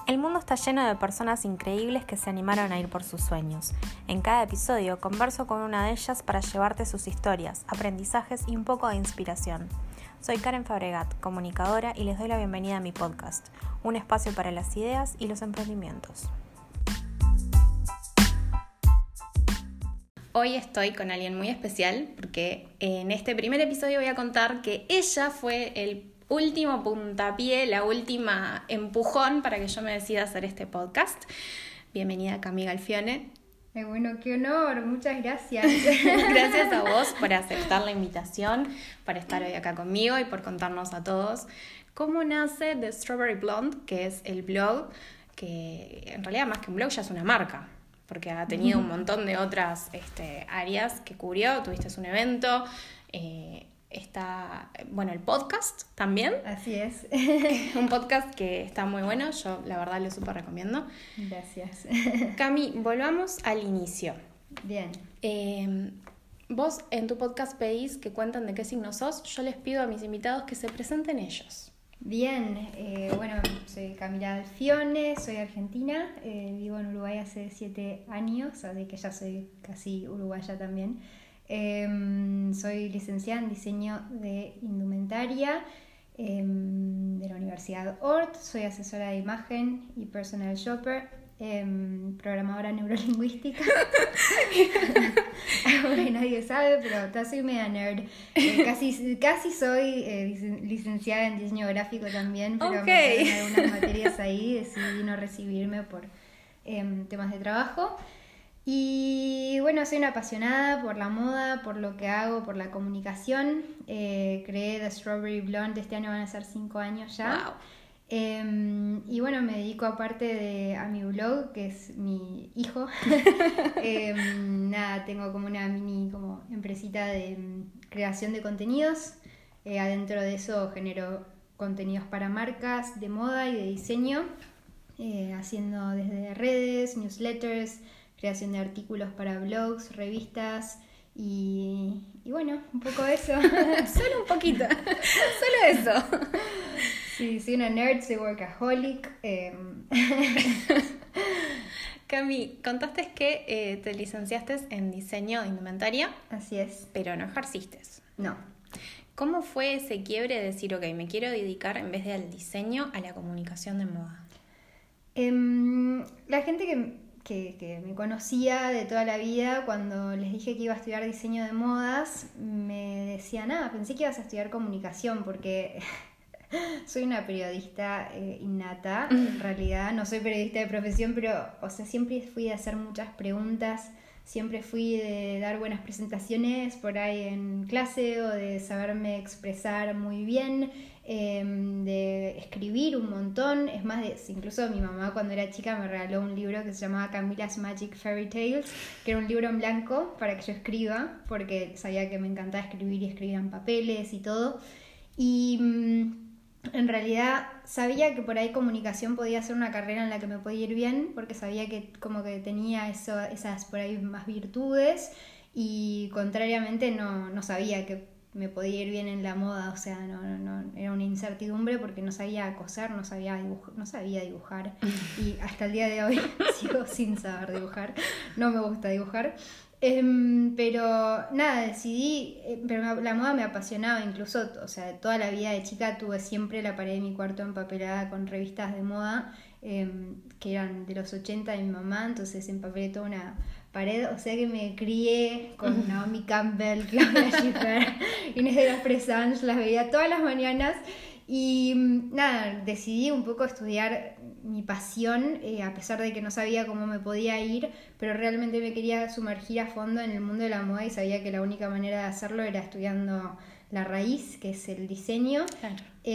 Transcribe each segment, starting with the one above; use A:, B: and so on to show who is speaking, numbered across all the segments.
A: El mundo está lleno de personas increíbles que se animaron a ir por sus sueños. En cada episodio converso con una de ellas para llevarte sus historias, aprendizajes y un poco de inspiración. Soy Karen Fabregat, comunicadora, y les doy la bienvenida a mi podcast, un espacio para las ideas y los emprendimientos. Hoy estoy con alguien muy especial porque en este primer episodio voy a contar que ella fue el último puntapié, la última empujón para que yo me decida hacer este podcast. Bienvenida, Cami Galfione.
B: Bueno, qué honor, muchas gracias.
A: Gracias a vos por aceptar la invitación, por estar hoy acá conmigo y por contarnos a todos cómo nace The Strawberry Blonde, que es el blog, que en realidad más que un blog ya es una marca, porque ha tenido un montón de otras áreas que cubrió. Tuviste un evento, está, el podcast también.
B: Así es.
A: Un podcast que está muy bueno, yo la verdad lo súper recomiendo.
B: Gracias.
A: Cami, volvamos al inicio.
B: Bien.
A: Vos en tu podcast pedís que cuentan de qué signo sos. Yo les pido a mis invitados que se presenten ellos.
B: Bien, soy Camila Galfione, soy argentina, vivo en Uruguay hace 7 años, así que ya soy casi uruguaya también. Soy licenciada en diseño de indumentaria de la Universidad Ort, soy asesora de imagen y personal shopper, programadora neurolingüística. Algo que nadie sabe, pero soy media nerd. Casi soy licenciada en diseño gráfico también, pero
A: Okay.
B: me quedan algunas materias ahí, decidí no recibirme por temas de trabajo. Y bueno, soy una apasionada por la moda, por lo que hago, por la comunicación. Creé The Strawberry Blonde, este año van a ser 5 años ya.
A: Wow.
B: Y bueno, me dedico aparte a mi blog, que es mi hijo. Tengo como una mini empresita de creación de contenidos. Adentro de eso genero contenidos para marcas de moda y de diseño, haciendo desde redes, newsletters, creación de artículos para blogs, revistas y bueno, un poco eso.
A: Solo un poquito, solo eso.
B: Sí, soy una nerd, soy workaholic.
A: Cami, contaste que te licenciaste en diseño de indumentaria.
B: Así es.
A: Pero no ejerciste.
B: No.
A: ¿Cómo fue ese quiebre de decir, ok, me quiero dedicar en vez del diseño a la comunicación de moda?
B: La gente que me conocía de toda la vida, cuando les dije que iba a estudiar diseño de modas, me decían, pensé que ibas a estudiar comunicación, porque soy una periodista innata. En realidad no soy periodista de profesión, pero siempre fui de hacer muchas preguntas, siempre fui de dar buenas presentaciones por ahí en clase, o de saberme expresar muy bien, de escribir un montón. Es más, incluso mi mamá cuando era chica me regaló un libro que se llamaba Camila's Magic Fairy Tales, que era un libro en blanco para que yo escriba, porque sabía que me encantaba escribir y escribía en papeles y todo. Y en realidad sabía que por ahí comunicación podía ser una carrera en la que me podía ir bien, porque sabía que como que tenía esas por ahí más virtudes, y contrariamente no sabía que me podía ir bien en la moda. No era una incertidumbre porque no sabía coser, no sabía dibujar y hasta el día de hoy sigo sin saber dibujar, no me gusta dibujar. Pero decidí, pero la moda me apasionaba, incluso, toda la vida de chica tuve siempre la pared de mi cuarto empapelada con revistas de moda, que eran de los 80 de mi mamá, entonces empapelé toda una pared, que me crié con Naomi Campbell, Claudia Schiffer, Inés de las Pressange, las veía todas las mañanas. Y decidí un poco estudiar mi pasión, a pesar de que no sabía cómo me podía ir, pero realmente me quería sumergir a fondo en el mundo de la moda y sabía que la única manera de hacerlo era estudiando la raíz, que es el diseño.
A: Claro.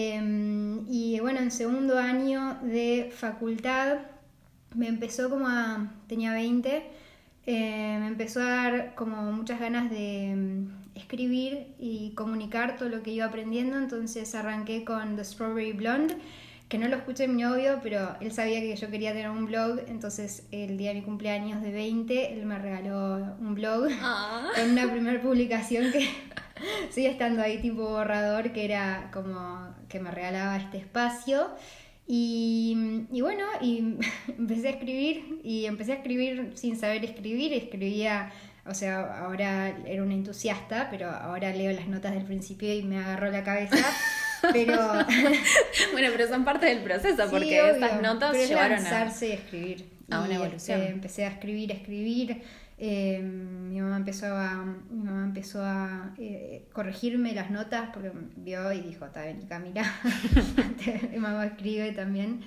B: Y bueno, en segundo año de facultad me empezó tenía 20, me empezó a dar como muchas ganas de escribir y comunicar todo lo que iba aprendiendo. Entonces arranqué con The Strawberry Blonde, que no lo escuché mi novio, pero él sabía que yo quería tener un blog. Entonces el día de mi cumpleaños de 20 él me regaló un blog con una primera publicación que sigue estando ahí tipo borrador, que era como que me regalaba este espacio. Y bueno, y empecé a escribir sin saber escribir, escribía, o sea, ahora era una entusiasta, pero ahora leo las notas del principio y me agarró la cabeza, pero...
A: Bueno, pero son parte del proceso,
B: Sí,
A: porque
B: obvio,
A: esas notas
B: pero es
A: llevaron
B: lanzarse y escribir.
A: a una
B: Y,
A: evolución.
B: empecé a escribir. Mi mamá empezó a corregirme las notas porque vio y dijo, está bien, Camila. Mi mamá escribe también.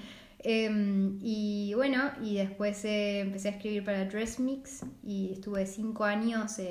B: Y bueno, y después empecé a escribir para Dress Mix y estuve 5 años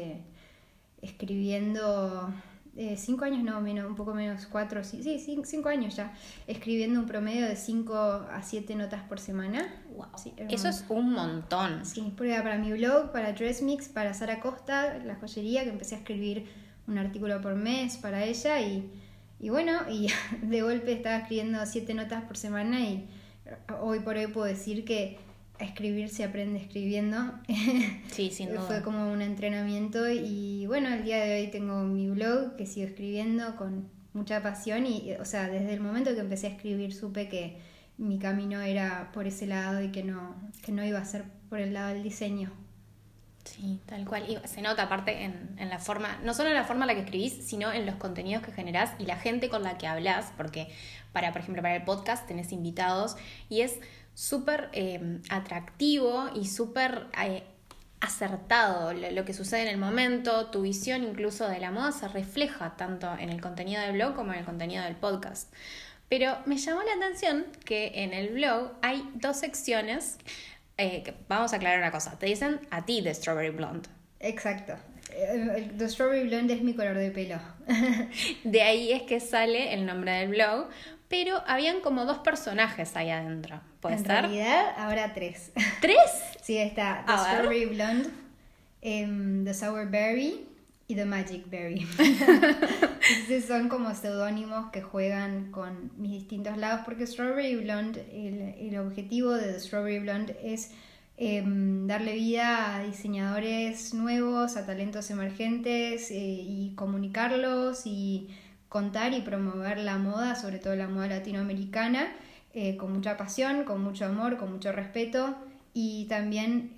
B: escribiendo. 5 años no, menos, un poco menos, 4, sí, 5 años ya, escribiendo un promedio de 5 a 7 notas por semana.
A: Wow.
B: Sí,
A: Eso es un montón.
B: Sí, porque era para mi blog, para Dress Mix, para Sara Costa, la joyería, que empecé a escribir un artículo por mes para ella y bueno, y de golpe estaba escribiendo 7 notas por semana y hoy por hoy puedo decir que a escribir se aprende escribiendo.
A: Sí, sin duda.
B: Fue como un entrenamiento y bueno, al día de hoy tengo mi blog que sigo escribiendo con mucha pasión y, o sea, desde el momento que empecé a escribir supe que mi camino era por ese lado y que no iba a ser por el lado del diseño.
A: Sí, tal cual. Y se nota aparte en la forma, no solo en la forma en la que escribís, sino en los contenidos que generás y la gente con la que hablas, porque por ejemplo, para el podcast tenés invitados y es súper atractivo y súper acertado lo que sucede en el momento, tu visión incluso de la moda se refleja tanto en el contenido del blog como en el contenido del podcast. Pero me llamó la atención que en el blog hay 2 secciones. Vamos a aclarar una cosa, te dicen a ti de Strawberry Blonde.
B: Exacto. The Strawberry Blonde es mi color de pelo.
A: De ahí es que sale el nombre del blog, pero habían como 2 personajes ahí adentro. ¿Puede
B: En
A: ser?
B: realidad, ahora 3.
A: ¿3?
B: Sí, está The Strawberry Blonde, The Sour Berry y The Magic Berry. Entonces son como seudónimos que juegan con mis distintos lados, porque Strawberry Blonde, el objetivo de The Strawberry Blonde es darle vida a diseñadores nuevos, a talentos emergentes y comunicarlos y contar y promover la moda, sobre todo la moda latinoamericana, con mucha pasión, con mucho amor, con mucho respeto y también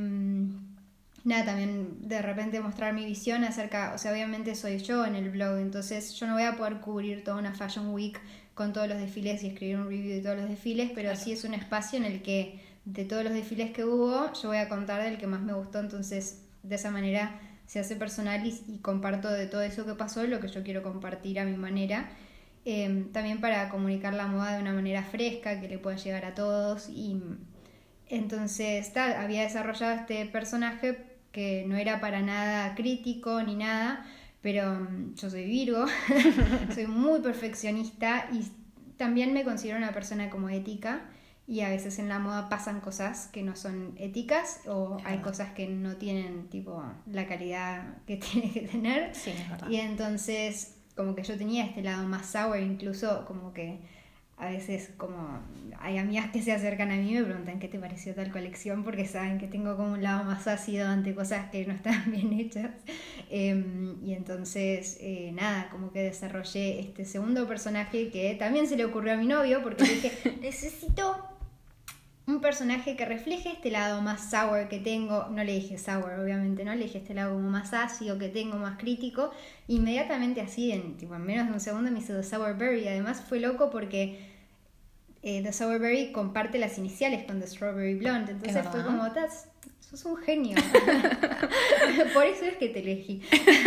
B: también de repente mostrar mi visión acerca, o sea, obviamente soy yo en el blog, entonces yo no voy a poder cubrir toda una Fashion Week con todos los desfiles y escribir un review de todos los desfiles, pero sí es un espacio en el que de todos los desfiles que hubo, yo voy a contar del que más me gustó, entonces de esa manera se hace personal y comparto de todo eso que pasó lo que yo quiero compartir a mi manera. También para comunicar la moda de una manera fresca, que le pueda llegar a todos. Y entonces había desarrollado este personaje que no era para nada crítico ni nada, pero yo soy Virgo, soy muy perfeccionista y también me considero una persona como ética. Y a veces en la moda pasan cosas que no son éticas o hay cosas que no tienen tipo la calidad que tiene que tener.
A: Sí, es verdad.
B: Y entonces como que yo tenía este lado más sour, incluso como que a veces como hay amigas que se acercan a mí y me preguntan qué te pareció tal colección porque saben que tengo como un lado más ácido ante cosas que no están bien hechas. Y entonces como que desarrollé este segundo personaje que también se le ocurrió a mi novio porque le dije necesito un personaje que refleje este lado más sour que tengo. No le dije sour, obviamente, no le dije este lado como más ácido que tengo, más crítico. Inmediatamente así, en menos de un segundo me hizo The Sour Berry. Además fue loco porque The Sour Berry comparte las iniciales con The Strawberry Blonde. Entonces fue como, sos un genio. Por eso es que te elegí.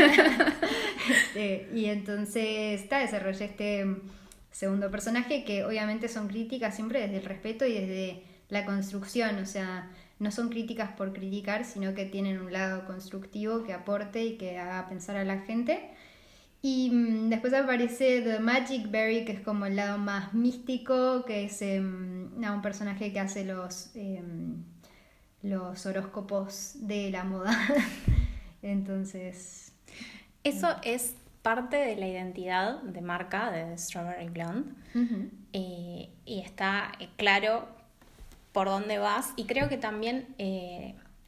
B: Y entonces desarrollé este segundo personaje que obviamente son críticas siempre desde el respeto y desde la construcción, o sea, no son críticas por criticar, sino que tienen un lado constructivo que aporte y que haga pensar a la gente. Y después aparece The Magic Berry, que es como el lado más místico, que es un personaje que hace los horóscopos de la moda. Entonces...
A: Eso es parte de la identidad de marca de Strawberry Blonde.
B: Uh-huh.
A: Y está claro por dónde vas, y creo que también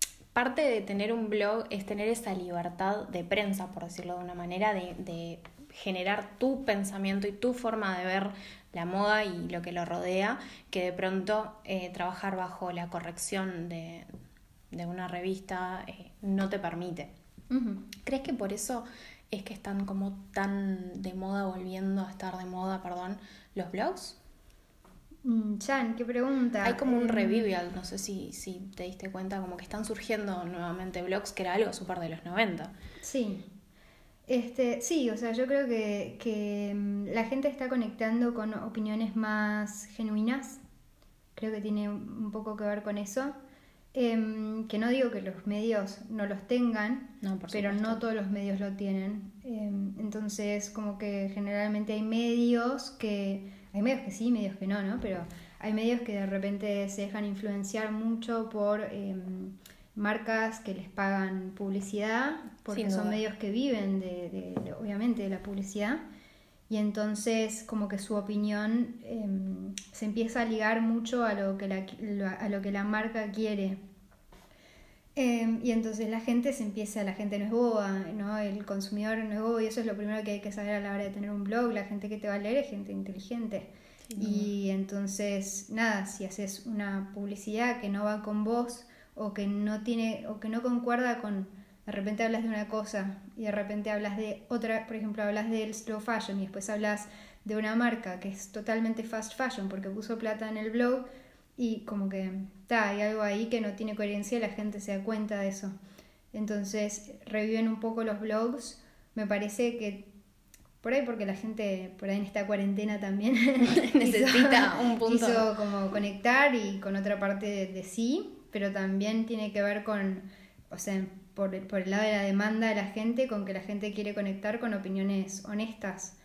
A: parte de tener un blog es tener esa libertad de prensa, por decirlo de una manera, de generar tu pensamiento y tu forma de ver la moda y lo que lo rodea, que de pronto trabajar bajo la corrección de una revista no te permite.
B: Ujú.
A: ¿Crees que por eso es que están como tan de moda, volviendo a estar de moda, perdón, los blogs?
B: Chan, qué pregunta.
A: Hay como un revival, no sé si te diste cuenta, como que están surgiendo nuevamente blogs, que era algo súper de los 90.
B: Sí. Sí, o sea, yo creo que la gente está conectando con opiniones más genuinas. Creo que tiene un poco que ver con eso. Que no digo que los medios no los tengan,
A: No, por
B: pero
A: supuesto.
B: no todos los medios lo tienen. Entonces, como que generalmente hay medios que sí, medios que no, ¿no? Pero hay medios que de repente se dejan influenciar mucho por marcas que les pagan publicidad, porque
A: Sin
B: son
A: duda.
B: medios que viven obviamente, de la publicidad. Y entonces como que su opinión se empieza a ligar mucho a lo que la marca quiere. Y entonces la gente no es boba, ¿no? El consumidor no es bobo, y eso es lo primero que hay que saber a la hora de tener un blog. La gente que te va a leer es gente inteligente. Y entonces, nada, si haces una publicidad que no va con vos, o que no concuerda con, de repente hablas de una cosa y de repente hablas de otra, por ejemplo, hablas del slow fashion y después hablas de una marca que es totalmente fast fashion porque puso plata en el blog, y como que hay algo ahí que no tiene coherencia y la gente se da cuenta de eso. Entonces reviven un poco los blogs. Me parece que por ahí, porque la gente por ahí en esta cuarentena también
A: necesita un punto.
B: Quiso como conectar y con otra parte de sí, pero también tiene que ver con, o sea, por el lado de la demanda de la gente, con que la gente quiere conectar con opiniones honestas.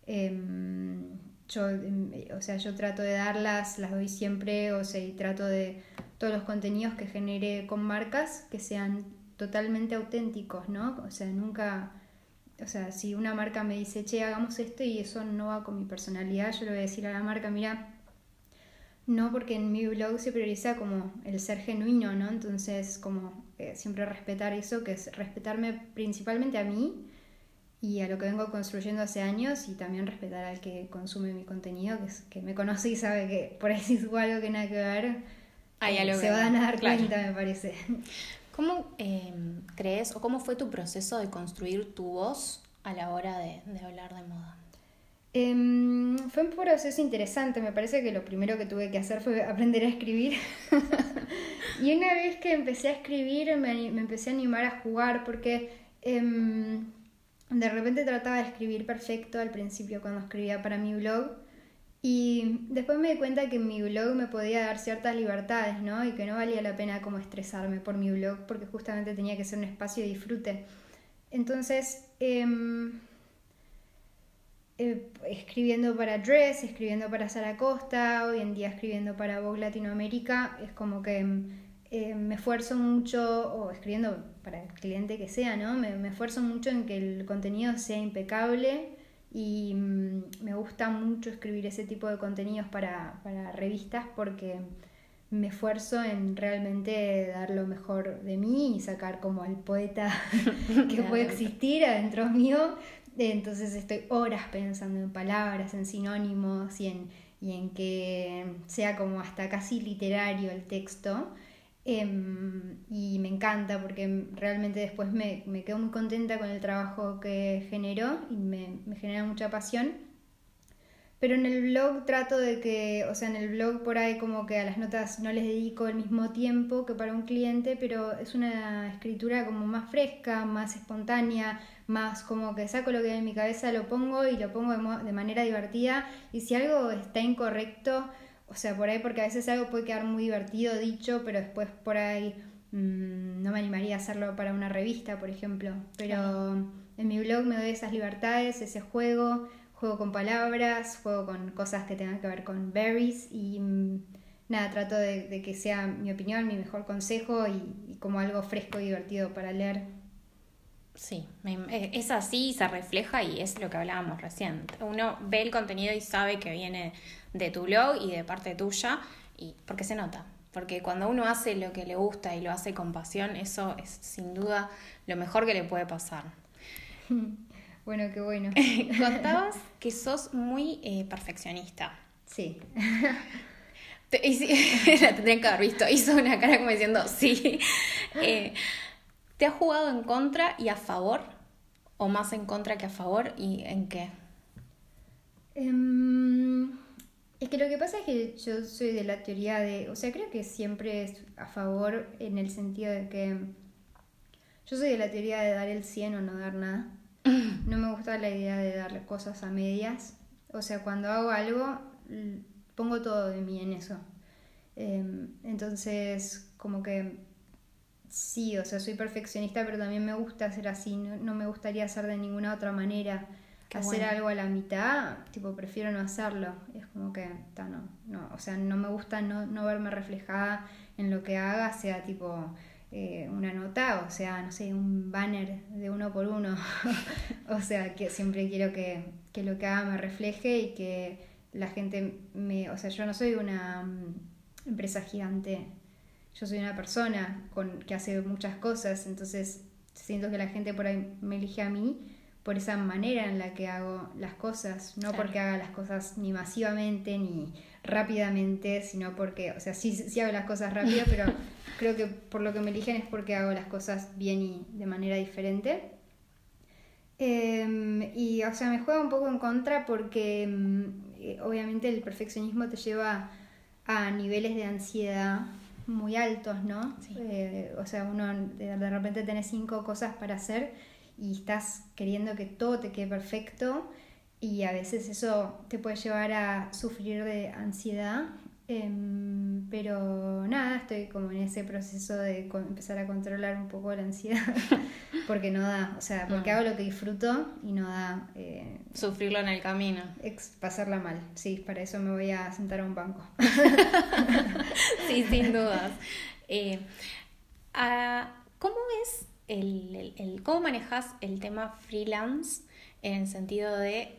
B: Yo trato de darlas, las doy siempre, o sea, y trato de todos los contenidos que genere con marcas que sean totalmente auténticos, ¿no? O sea, nunca, o sea, si una marca me dice, che, hagamos esto y eso no va con mi personalidad, yo le voy a decir a la marca, mira, no, porque en mi blog se prioriza como el ser genuino, ¿no? Entonces, como siempre respetar eso, que es respetarme principalmente a mí y a lo que vengo construyendo hace años, y también respetar al que consume mi contenido, que me conoce y sabe que por ahí si subo algo que nada que ver, se van a dar cuenta, me parece.
A: ¿Cómo crees o cómo fue tu proceso de construir tu voz a la hora de hablar de moda?
B: Fue un proceso interesante. Me parece que lo primero que tuve que hacer fue aprender a escribir. Y una vez que empecé a escribir me empecé a animar a jugar, porque de repente trataba de escribir perfecto al principio cuando escribía para mi blog, y después me di cuenta que en mi blog me podía dar ciertas libertades, ¿no? Y que no valía la pena como estresarme por mi blog, porque justamente tenía que ser un espacio de disfrute. Entonces escribiendo para Dress, escribiendo para Sara Costa, hoy en día escribiendo para Vogue Latinoamérica, es como que me esfuerzo mucho, o escribiendo para el cliente que sea, ¿no? Me esfuerzo mucho en que el contenido sea impecable, y me gusta mucho escribir ese tipo de contenidos para revistas, porque me esfuerzo en realmente dar lo mejor de mí y sacar como al poeta que puede existir adentro mío. Entonces estoy horas pensando en palabras, en sinónimos, y en que sea como hasta casi literario el texto. Y me encanta porque realmente después me quedo muy contenta con el trabajo que generó y me genera mucha pasión. Pero en el blog trato de que, o sea, en el blog por ahí como que a las notas no les dedico el mismo tiempo que para un cliente, pero es una escritura como más fresca, más espontánea, más como que saco lo que hay en mi cabeza, lo pongo y lo pongo de manera divertida. Y si algo está incorrecto, o sea, por ahí, porque a veces algo puede quedar muy divertido dicho, pero después por ahí no me animaría a hacerlo para una revista, por ejemplo. Pero en mi blog me doy esas libertades, ese juego con palabras, juego con cosas que tengan que ver con berries, y nada, trato de que sea mi opinión, mi mejor consejo, y como algo fresco y divertido para leer.
A: Sí, es así, se refleja, y es lo que hablábamos recién. Uno ve el contenido y sabe que viene de tu blog y de parte tuya, y porque se nota. Porque cuando uno hace lo que le gusta y lo hace con pasión, eso es sin duda lo mejor que le puede pasar.
B: Bueno, qué bueno.
A: Contabas que sos muy perfeccionista.
B: Sí.
A: La tendría que haber visto. Hizo una cara como diciendo sí. ¿Te has jugado en contra y a favor? ¿O más en contra que a favor? ¿Y en qué?
B: Es que lo que pasa es que yo soy de la teoría de, o sea, creo que siempre es a favor en el sentido de que yo soy de la teoría de dar el 100 o no dar nada. No me gusta la idea de dar cosas a medias. O sea, cuando hago algo, pongo todo de mí en eso. Entonces, como que sí, o sea, soy perfeccionista, pero también me gusta hacer así. No me gustaría hacer de ninguna otra manera.
A: Qué
B: Hacer
A: bueno.
B: algo a la mitad, tipo, prefiero no hacerlo. Es como que, no, o sea, no me gusta no verme reflejada en lo que haga, sea tipo una nota, o sea, no sé, un banner de 1x1. O sea, que siempre quiero que lo que haga me refleje y que la gente o sea, yo no soy una empresa gigante, yo soy una persona que hace muchas cosas, entonces siento que la gente por ahí me elige a mí por esa manera en la que hago las cosas, no
A: Claro.
B: porque haga las cosas ni masivamente ni rápidamente, sino porque, o sea, sí hago las cosas rápido, pero creo que por lo que me eligen es porque hago las cosas bien y de manera diferente. Y, o sea, me juega un poco en contra porque obviamente el perfeccionismo te lleva a niveles de ansiedad muy altos, ¿no?
A: Sí.
B: O sea, uno de repente tenés 5 cosas para hacer y estás queriendo que todo te quede perfecto y a veces eso te puede llevar a sufrir de ansiedad. Pero nada, estoy como en ese proceso de empezar a controlar un poco la ansiedad porque no da, o sea, porque hago lo que disfruto y no da
A: Sufrirlo en el camino.
B: pasarla mal. Sí, para eso me voy a sentar a un banco.
A: Sí, sin dudas. ¿Cómo es cómo manejas el tema freelance en el sentido de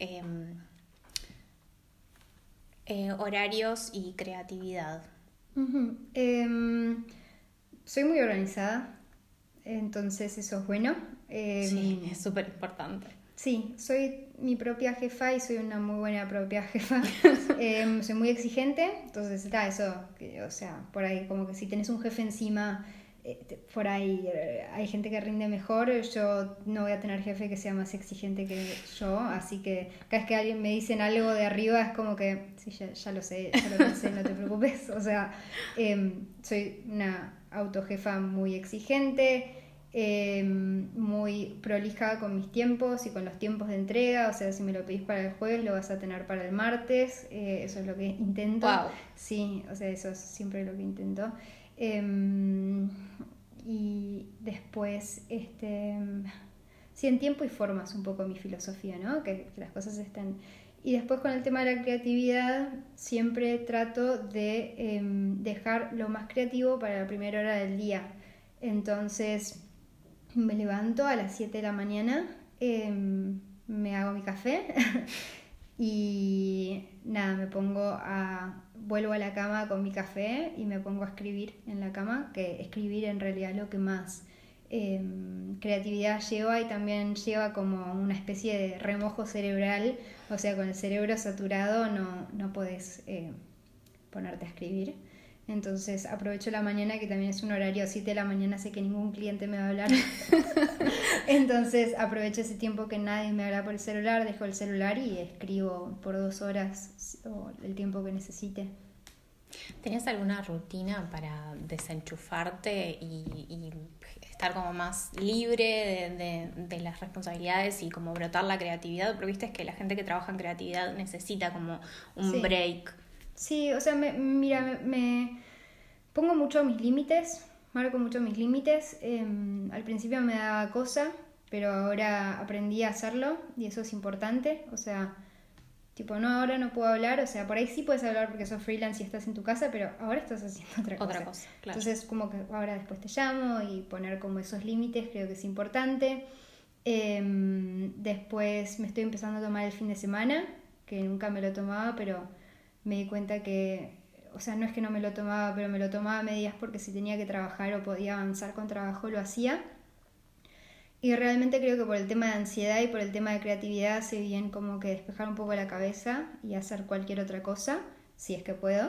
A: horarios y creatividad?
B: Uh-huh. Soy muy organizada, entonces eso es bueno.
A: Sí, es súper importante.
B: Sí, soy mi propia jefa y soy una muy buena propia jefa. Soy muy exigente, entonces está eso, o sea, por ahí como que si tenés un jefe encima, por ahí hay gente que rinde mejor. Yo no voy a tener jefe que sea más exigente que yo, así que cada vez que alguien me dicen algo de arriba es como que, sí, ya lo sé, no te preocupes. O sea, soy una autojefa muy exigente. Muy prolija con mis tiempos y con los tiempos de entrega, o sea, si me lo pedís para el jueves lo vas a tener para el martes, eso es lo que intento.
A: Wow.
B: Sí, o sea, eso es siempre lo que intento. Y después, sí, en tiempo y forma es un poco mi filosofía, ¿no? Que las cosas estén... Y después con el tema de la creatividad, siempre trato de dejar lo más creativo para la primera hora del día. Entonces me levanto a las 7 de la mañana, me hago mi café y nada, vuelvo a la cama con mi café y me pongo a escribir en la cama, que escribir en realidad es lo que más creatividad lleva y también lleva como una especie de remojo cerebral, o sea, con el cerebro saturado no podés ponerte a escribir. Entonces aprovecho la mañana, que también es un horario 7 de la mañana, sé que ningún cliente me va a hablar. Entonces aprovecho ese tiempo que nadie me habla por el celular, dejo el celular y escribo por 2 horas o el tiempo que necesite.
A: ¿Tenías alguna rutina para desenchufarte y estar como más libre de las responsabilidades y como brotar la creatividad? Porque viste que la gente que trabaja en creatividad necesita como un break.
B: Sí, o sea, mira, me pongo mucho mis límites, marco mucho mis límites. Al principio me daba cosa, pero ahora aprendí a hacerlo y eso es importante. O sea, tipo, no, ahora no puedo hablar, o sea, por ahí sí puedes hablar porque sos freelance y estás en tu casa, pero ahora estás haciendo otra cosa.
A: Claro.
B: Entonces, como que ahora después te llamo y poner como esos límites creo que es importante. Después me estoy empezando a tomar el fin de semana, que nunca me lo tomaba, pero me di cuenta que, o sea, no es que no me lo tomaba, pero me lo tomaba a medias porque si tenía que trabajar o podía avanzar con trabajo lo hacía. Y realmente creo que por el tema de ansiedad y por el tema de creatividad hace bien como que despejar un poco la cabeza y hacer cualquier otra cosa, si es que puedo.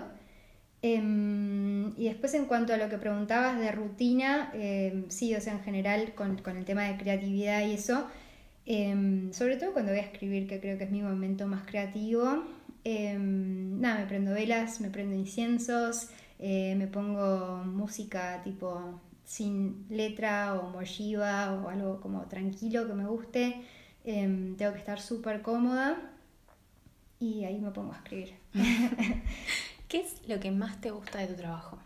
B: Y después en cuanto a lo que preguntabas de rutina, sí, o sea, en general con el tema de creatividad y eso, sobre todo cuando voy a escribir, que creo que es mi momento más creativo, nada, me prendo velas, me prendo inciensos, me pongo música tipo sin letra o Mojiva o algo como tranquilo que me guste, tengo que estar súper cómoda y ahí me pongo a escribir.
A: ¿Qué es lo que más te gusta de tu trabajo?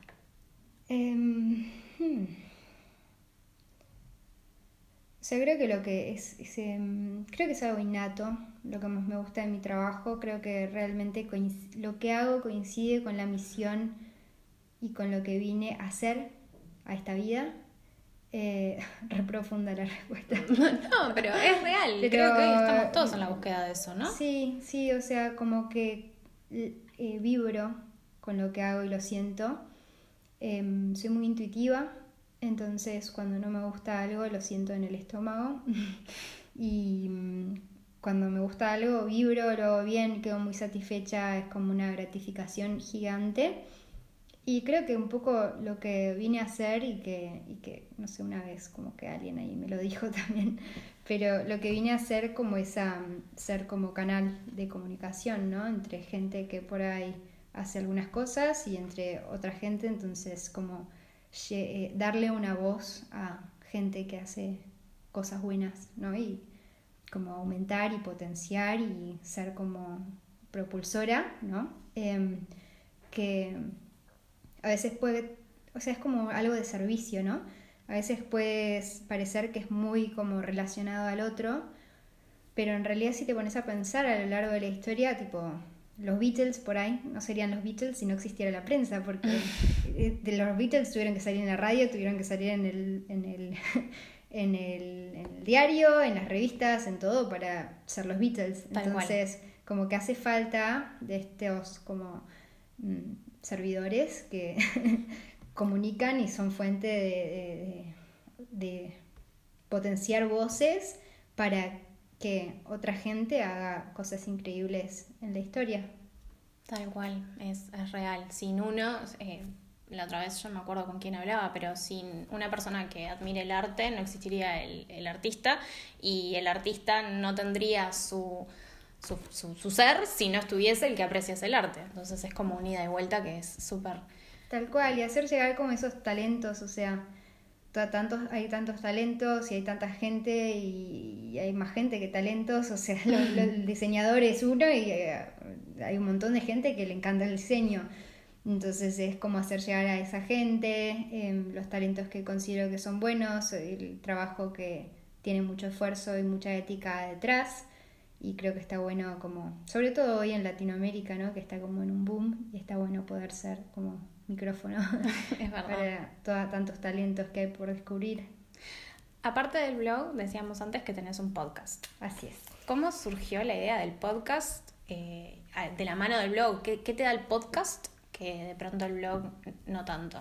B: O sea, creo que lo que creo que es algo innato, lo que más me gusta de mi trabajo. Creo que realmente lo que hago coincide con la misión y con lo que vine a hacer a esta vida. Re profunda la respuesta.
A: No, pero es real.
B: Pero,
A: creo que hoy estamos todos en la búsqueda de eso, ¿no?
B: Sí, sí, o sea, como que vibro con lo que hago y lo siento. Soy muy intuitiva, entonces cuando no me gusta algo lo siento en el estómago. Y cuando me gusta algo vibro, lo hago bien, quedo muy satisfecha, es como una gratificación gigante. Y creo que un poco lo que vine a hacer y que no sé, una vez como que alguien ahí me lo dijo también, pero lo que vine a hacer como es a ser como canal de comunicación, ¿no? Entre gente que por ahí hace algunas cosas y entre otra gente, entonces como darle una voz a gente que hace cosas buenas, ¿no? Y como aumentar y potenciar y ser como propulsora, ¿no? Que a veces puede, o sea, es como algo de servicio, ¿no? A veces puede parecer que es muy como relacionado al otro, pero en realidad si te pones a pensar a lo largo de la historia, tipo, los Beatles por ahí no serían los Beatles si no existiera la prensa, porque de los Beatles tuvieron que salir en la radio, tuvieron que salir en el diario, en las revistas, en todo para ser los Beatles. Entonces, como que hace falta de estos como servidores que comunican y son fuente de potenciar voces para que otra gente haga cosas increíbles en la historia.
A: Tal cual, es real. Sin uno, la otra vez yo no me acuerdo con quién hablaba, pero sin una persona que admire el arte no existiría el artista, y el artista no tendría su ser si no estuviese el que aprecia el arte. Entonces es como un ida y vuelta que es súper...
B: Tal cual, y hacer llegar como esos talentos, o sea, hay tantos talentos y hay tanta gente y hay más gente que talentos, o sea, el diseñador es uno y hay un montón de gente que le encanta el diseño. Entonces es como hacer llegar a esa gente los talentos que considero que son buenos, el trabajo que tiene mucho esfuerzo y mucha ética detrás. Y creo que está bueno como, sobre todo hoy en Latinoamérica, ¿no? Que está como en un boom y está bueno poder ser como micrófono
A: Es verdad.
B: para tantos talentos que hay por descubrir.
A: Aparte del blog, decíamos antes que tenés un podcast.
B: Así es.
A: ¿Cómo surgió la idea del podcast de la mano del blog? ¿Qué te da el podcast que de pronto el blog no tanto?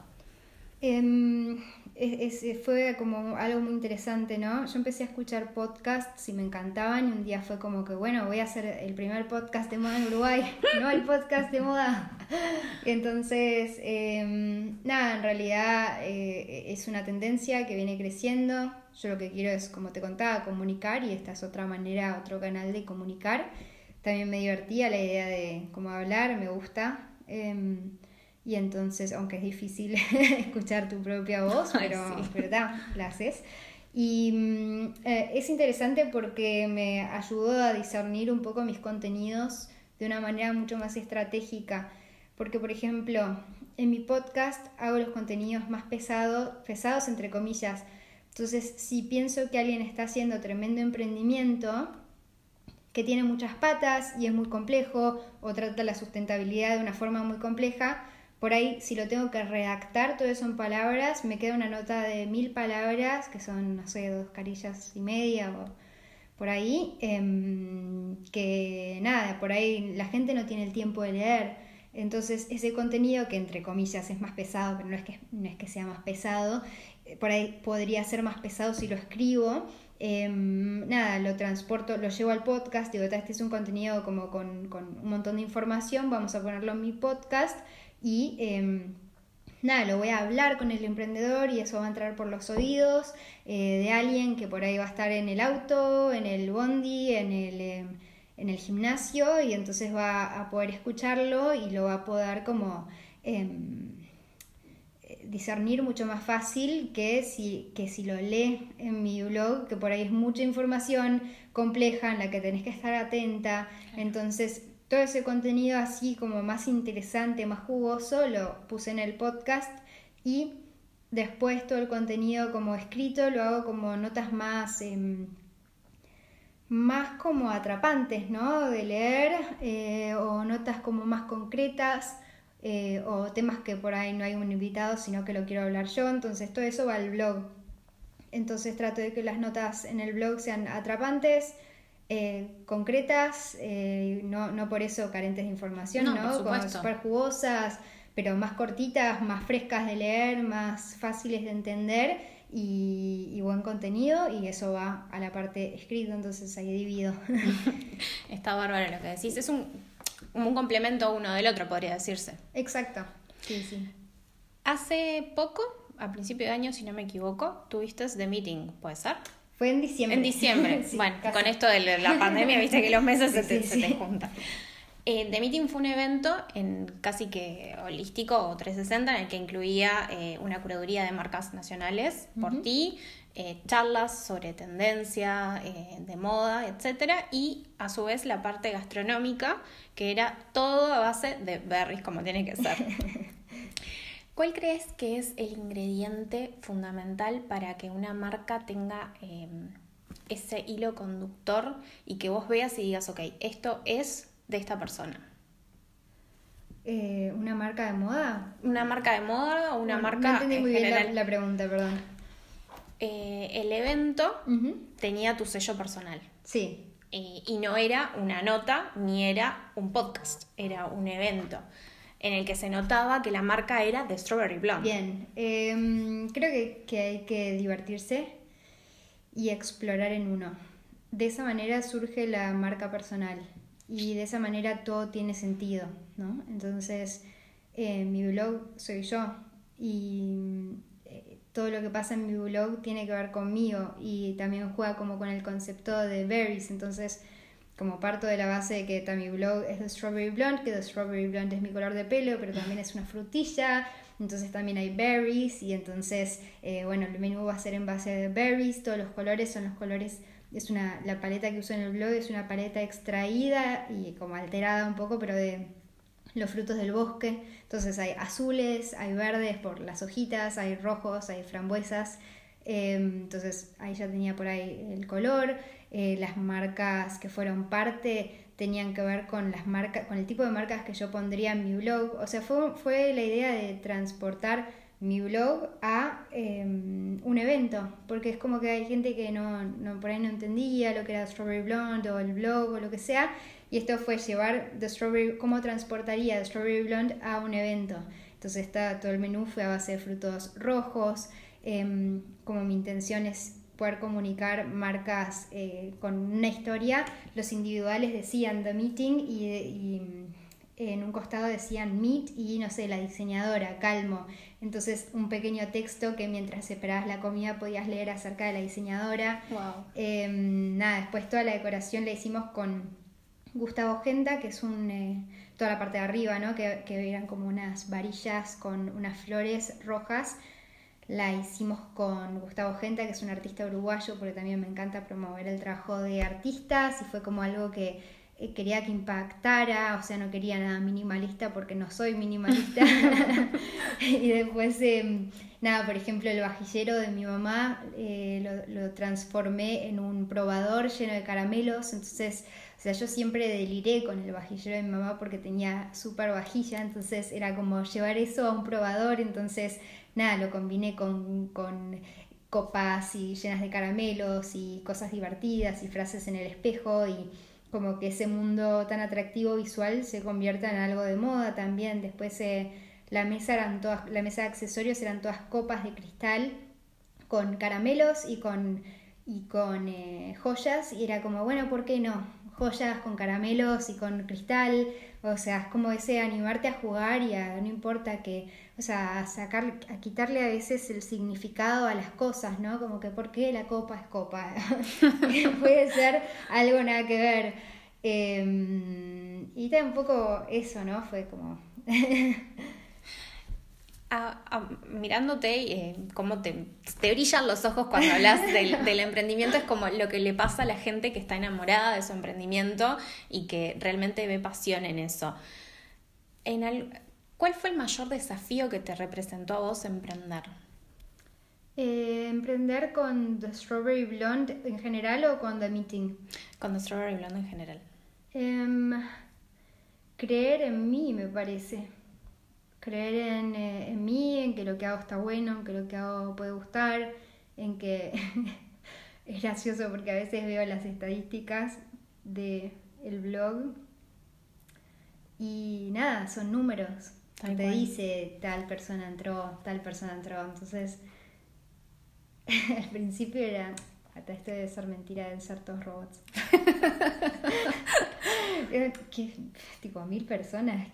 B: Fue como algo muy interesante, ¿no? Yo empecé a escuchar podcasts y me encantaban y un día fue como que, bueno, voy a hacer el primer podcast de moda en Uruguay, no el podcast de moda. Entonces, nada, en realidad es una tendencia que viene creciendo. Yo lo que quiero es, como te contaba, comunicar, y esta es otra manera, otro canal de comunicar. También me divertía la idea de cómo hablar, me gusta. Y entonces, aunque es difícil escuchar tu propia voz, pero la haces. Y es interesante porque me ayudó a discernir un poco mis contenidos de una manera mucho más estratégica. Porque, por ejemplo, en mi podcast hago los contenidos más pesados entre comillas. Entonces, si pienso que alguien está haciendo tremendo emprendimiento, que tiene muchas patas y es muy complejo, o trata la sustentabilidad de una forma muy compleja, por ahí, si lo tengo que redactar todo eso en palabras, me queda una nota de 1000 palabras, que son, no sé, 2 carillas y media o por ahí, que nada, por ahí la gente no tiene el tiempo de leer. Entonces ese contenido, que entre comillas es más pesado, pero no es que sea más pesado, por ahí podría ser más pesado si lo escribo, nada, lo transporto, lo llevo al podcast, digo, este es un contenido como con un montón de información, vamos a ponerlo en mi podcast y nada, lo voy a hablar con el emprendedor y eso va a entrar por los oídos de alguien que por ahí va a estar en el auto, en el bondi, en el gimnasio, y entonces va a poder escucharlo y lo va a poder como discernir mucho más fácil que si lo lee en mi blog, que por ahí es mucha información compleja en la que tenés que estar atenta. Entonces todo ese contenido así como más interesante, más jugoso, lo puse en el podcast, y después todo el contenido como escrito lo hago como notas más como atrapantes, ¿no? De leer, o notas como más concretas, o temas que por ahí no hay un invitado, sino que lo quiero hablar yo. Entonces todo eso va al blog. Entonces trato de que las notas en el blog sean atrapantes, concretas, no por eso carentes de información, ¿no? Como súper jugosas, pero más cortitas, más frescas de leer, más fáciles de entender, y buen contenido, y eso va a la parte escrita, entonces ahí divido.
A: Está bárbaro lo que decís, es un complemento uno del otro, podría decirse.
B: Exacto, sí.
A: Hace poco, a principio de año, si no me equivoco, tuviste The Meeting, ¿puede ser?
B: Fue en diciembre.
A: En diciembre, sí, bueno, casi. Con esto de la pandemia, viste que los meses se te juntan. The Meeting fue un evento casi que holístico o 360, en el que incluía una curaduría de marcas nacionales por ti, charlas sobre tendencia, de moda, etcétera, y a su vez la parte gastronómica, que era todo a base de berries, como tiene que ser. ¿Cuál crees que es el ingrediente fundamental para que una marca tenga ese hilo conductor y que vos veas y digas, ok, esto es de esta persona?
B: ¿Una marca de moda?
A: ¿Una marca de moda o una marca?
B: No entendí muy bien la pregunta, perdón.
A: El evento tenía tu sello personal.
B: Sí.
A: Y no era una nota ni era un podcast, era un evento en el que se notaba que la marca era de Strawberry Blonde.
B: Bien, creo que hay que divertirse y explorar en uno. De esa manera surge la marca personal y de esa manera todo tiene sentido, ¿no? Entonces, mi blog soy yo y todo lo que pasa en mi blog tiene que ver conmigo, y también juega como con el concepto de berries. Entonces, como parto de la base de que mi blog es de Strawberry Blonde, que de Strawberry Blonde es mi color de pelo, pero también es una frutilla, entonces también hay berries, y entonces, bueno, el menú va a ser en base de berries, todos los colores son los colores, la paleta que uso en el blog es una paleta extraída y como alterada un poco, pero de los frutos del bosque. Entonces hay azules, hay verdes por las hojitas, hay rojos, hay frambuesas. Entonces ahí ya tenía por ahí el color. Las marcas que fueron parte tenían que ver con con el tipo de marcas que yo pondría en mi blog. O sea, fue la idea de transportar mi blog a un evento, porque es como que hay gente que no por ahí no entendía lo que era Strawberry Blonde o el blog o lo que sea, y esto fue llevar cómo transportaría The Strawberry Blonde a un evento. Entonces todo el menú fue a base de frutos rojos. Como mi intención es poder comunicar marcas con una historia, los individuales decían The Meeting y en un costado decían Meet y no sé, la diseñadora, Calmo. Entonces un pequeño texto que mientras esperabas la comida podías leer acerca de la diseñadora.
A: Wow.
B: Después toda la decoración la hicimos con Gustavo Genta, que es toda la parte de arriba, ¿no? que eran como unas varillas con unas flores rojas. La hicimos con Gustavo Genta, que es un artista uruguayo, porque también me encanta promover el trabajo de artistas, y fue como algo que quería que impactara, o sea, no quería nada minimalista porque no soy minimalista. Y después, por ejemplo, el vajillero de mi mamá lo transformé en un probador lleno de caramelos. Entonces, o sea, yo siempre deliré con el vajillero de mi mamá porque tenía súper vajilla, entonces era como llevar eso a un probador. Entonces, lo combiné con copas y llenas de caramelos y cosas divertidas y frases en el espejo, y como que ese mundo tan atractivo visual se convierta en algo de moda también. Después la mesa de accesorios eran todas copas de cristal con caramelos y con joyas, y era como, bueno, ¿por qué no? Joyas con caramelos y con cristal, o sea, es como ese animarte a jugar y no importa que, o sea, a quitarle a veces el significado a las cosas, ¿no? Como que ¿por qué la copa es copa? Puede ser algo nada que ver. Y tampoco eso, ¿no? Fue como...
A: Mirándote, cómo te brillan los ojos cuando hablas del emprendimiento, es como lo que le pasa a la gente que está enamorada de su emprendimiento y que realmente ve pasión en eso. ¿Cuál fue el mayor desafío que te representó a vos emprender?
B: ¿Emprender con The Strawberry Blonde en general o con The Meeting?
A: Con The Strawberry Blonde en general.
B: Creer en mí, me parece. Creer en mí, en que lo que hago está bueno, en que lo que hago puede gustar, en que es gracioso porque a veces veo las estadísticas del blog y nada, son números. Te dice tal persona entró, entonces al principio era, hasta esto debe ser mentira, deben ser todos robots. Tipo, 1000 personas,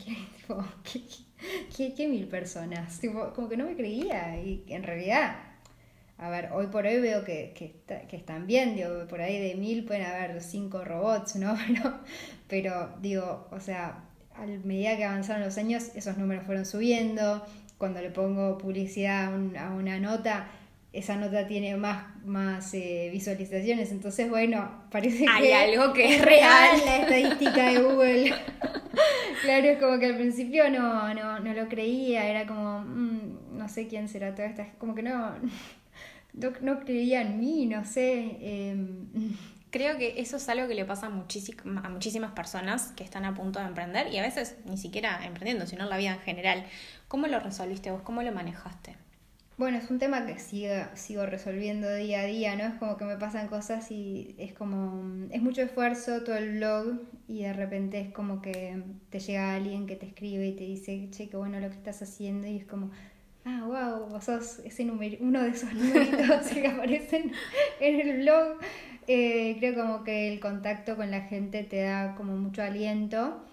B: ¿qué 1000 personas? Tipo, como que no me creía, y en realidad, a ver, hoy por hoy veo que están bien, digo, por ahí de 1000 pueden haber 5 robots, ¿no? Pero digo, o sea, a medida que avanzaron los años, esos números fueron subiendo. Cuando le pongo publicidad a una nota, esa nota tiene más visualizaciones, entonces bueno, parece
A: hay
B: que
A: algo que es real.
B: La estadística de Google. Claro, es como que al principio no lo creía, era como, no sé quién será toda esta, como que no creía en mí, no sé.
A: Creo que eso es algo que le pasa a muchísimas personas que están a punto de emprender, y a veces ni siquiera emprendiendo, sino en la vida en general. ¿Cómo lo resolviste vos? ¿Cómo lo manejaste?
B: Bueno, es un tema que sigo resolviendo día a día, ¿no? Es como que me pasan cosas y es como, es mucho esfuerzo todo el blog, y de repente es como que te llega alguien que te escribe y te dice, che, qué bueno lo que estás haciendo, y es como, wow, vos sos uno de esos numeritos que aparecen en el blog. Creo como que el contacto con la gente te da como mucho aliento.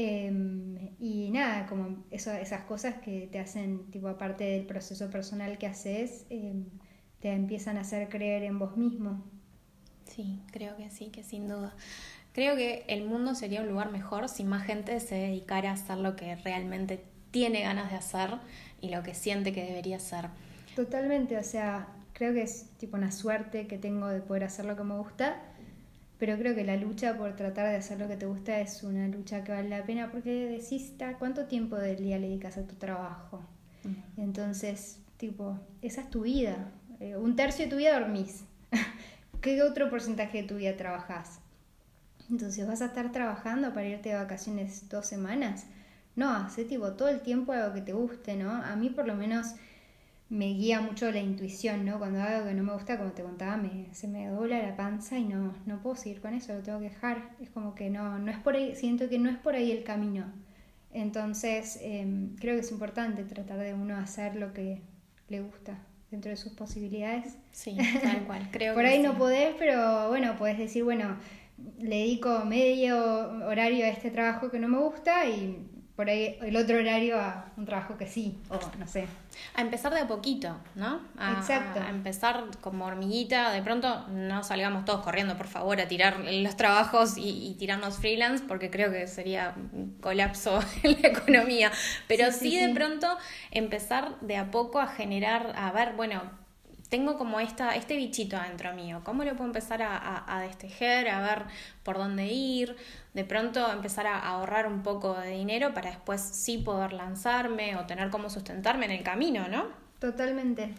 B: Y nada, como esas cosas que te hacen, tipo, aparte del proceso personal que haces, te empiezan a hacer creer en vos mismo.
A: Sí, creo que sí, que sin duda. Creo que el mundo sería un lugar mejor si más gente se dedicara a hacer lo que realmente tiene ganas de hacer y lo que siente que debería hacer.
B: Totalmente, o sea, creo que es tipo una suerte que tengo de poder hacer lo que me gusta. Pero creo que la lucha por tratar de hacer lo que te gusta es una lucha que vale la pena, porque decís, ¿cuánto tiempo del día le dedicas a tu trabajo? Entonces, tipo, esa es tu vida. 1/3 de tu vida dormís. ¿Qué otro porcentaje de tu vida trabajás? Entonces, ¿vas a estar trabajando para irte de vacaciones 2 semanas? No, hacé tipo todo el tiempo algo que te guste, ¿no? A mí por lo menos me guía mucho la intuición, ¿no? Cuando hago algo que no me gusta, como te contaba, se me dobla la panza y no puedo seguir con eso, lo tengo que dejar. Es como que no es por ahí, siento que no es por ahí el camino. Entonces, creo que es importante tratar de uno hacer lo que le gusta dentro de sus posibilidades.
A: Sí, tal cual, creo
B: por
A: que
B: ahí
A: sí.
B: No podés, pero bueno, podés decir, bueno, le dedico medio horario a este trabajo que no me gusta y por ahí el otro horario a un trabajo que sí, o no sé.
A: A empezar de a poquito, ¿no?
B: Exacto.
A: A empezar como hormiguita. De pronto no salgamos todos corriendo, por favor, a tirar los trabajos y tirarnos freelance, porque creo que sería un colapso en la economía. Pero sí, de pronto empezar de a poco a generar, a ver, bueno, tengo como este bichito adentro mío, ¿cómo lo puedo empezar a destejer, a ver por dónde ir? De pronto empezar a ahorrar un poco de dinero para después sí poder lanzarme o tener cómo sustentarme en el camino, ¿no?
B: Totalmente.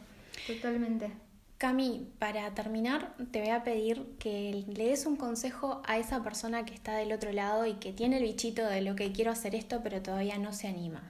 A: Cami, para terminar, te voy a pedir que le des un consejo a esa persona que está del otro lado y que tiene el bichito de lo que quiero hacer esto, pero todavía no se anima.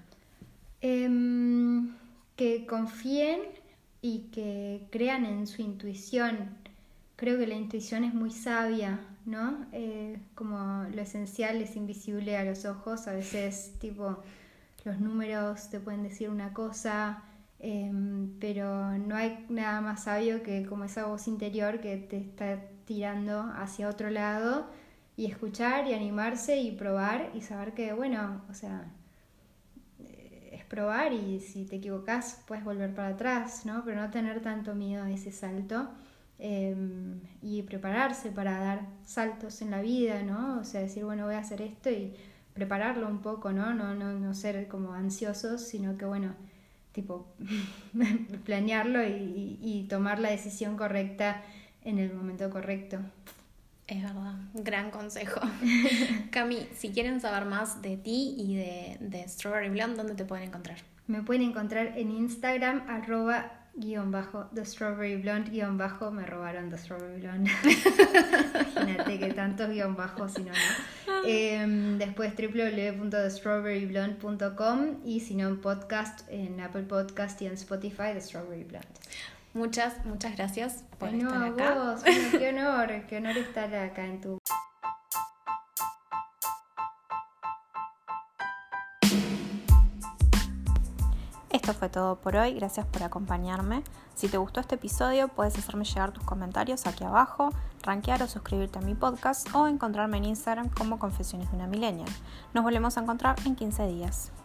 B: Que confíen y que crean en su intuición. Creo que la intuición es muy sabia ¿no? Como lo esencial es invisible a los ojos, a veces tipo los números te pueden decir una cosa, pero no hay nada más sabio que como esa voz interior que te está tirando hacia otro lado, y escuchar y animarse y probar y saber que, bueno, o sea, es probar, y si te equivocas puedes volver para atrás, ¿no? Pero no tener tanto miedo a ese salto, y prepararse para dar saltos en la vida, ¿no? O sea, decir, bueno, voy a hacer esto y prepararlo un poco, ¿no? No ser como ansiosos, sino que, bueno, tipo planearlo y tomar la decisión correcta en el momento correcto.
A: Es verdad, gran consejo. Cami, si quieren saber más de ti y de Strawberry Blonde, ¿dónde te pueden encontrar?
B: Me pueden encontrar en Instagram, @_The Strawberry Blonde, me robaron The Strawberry Blonde. Imagínate que tantos guión bajos, si no. Después www.thestrawberryblonde.com, y si no, en podcast, en Apple Podcast y en Spotify, The Strawberry Blonde.
A: Muchas gracias por estar acá.
B: Vos, bueno, qué honor estar acá en tu...
A: Esto fue todo por hoy, gracias por acompañarme. Si te gustó este episodio, puedes hacerme llegar tus comentarios aquí abajo, rankear o suscribirte a mi podcast, o encontrarme en Instagram como Confesiones de una Millennial. Nos volvemos a encontrar en 15 días.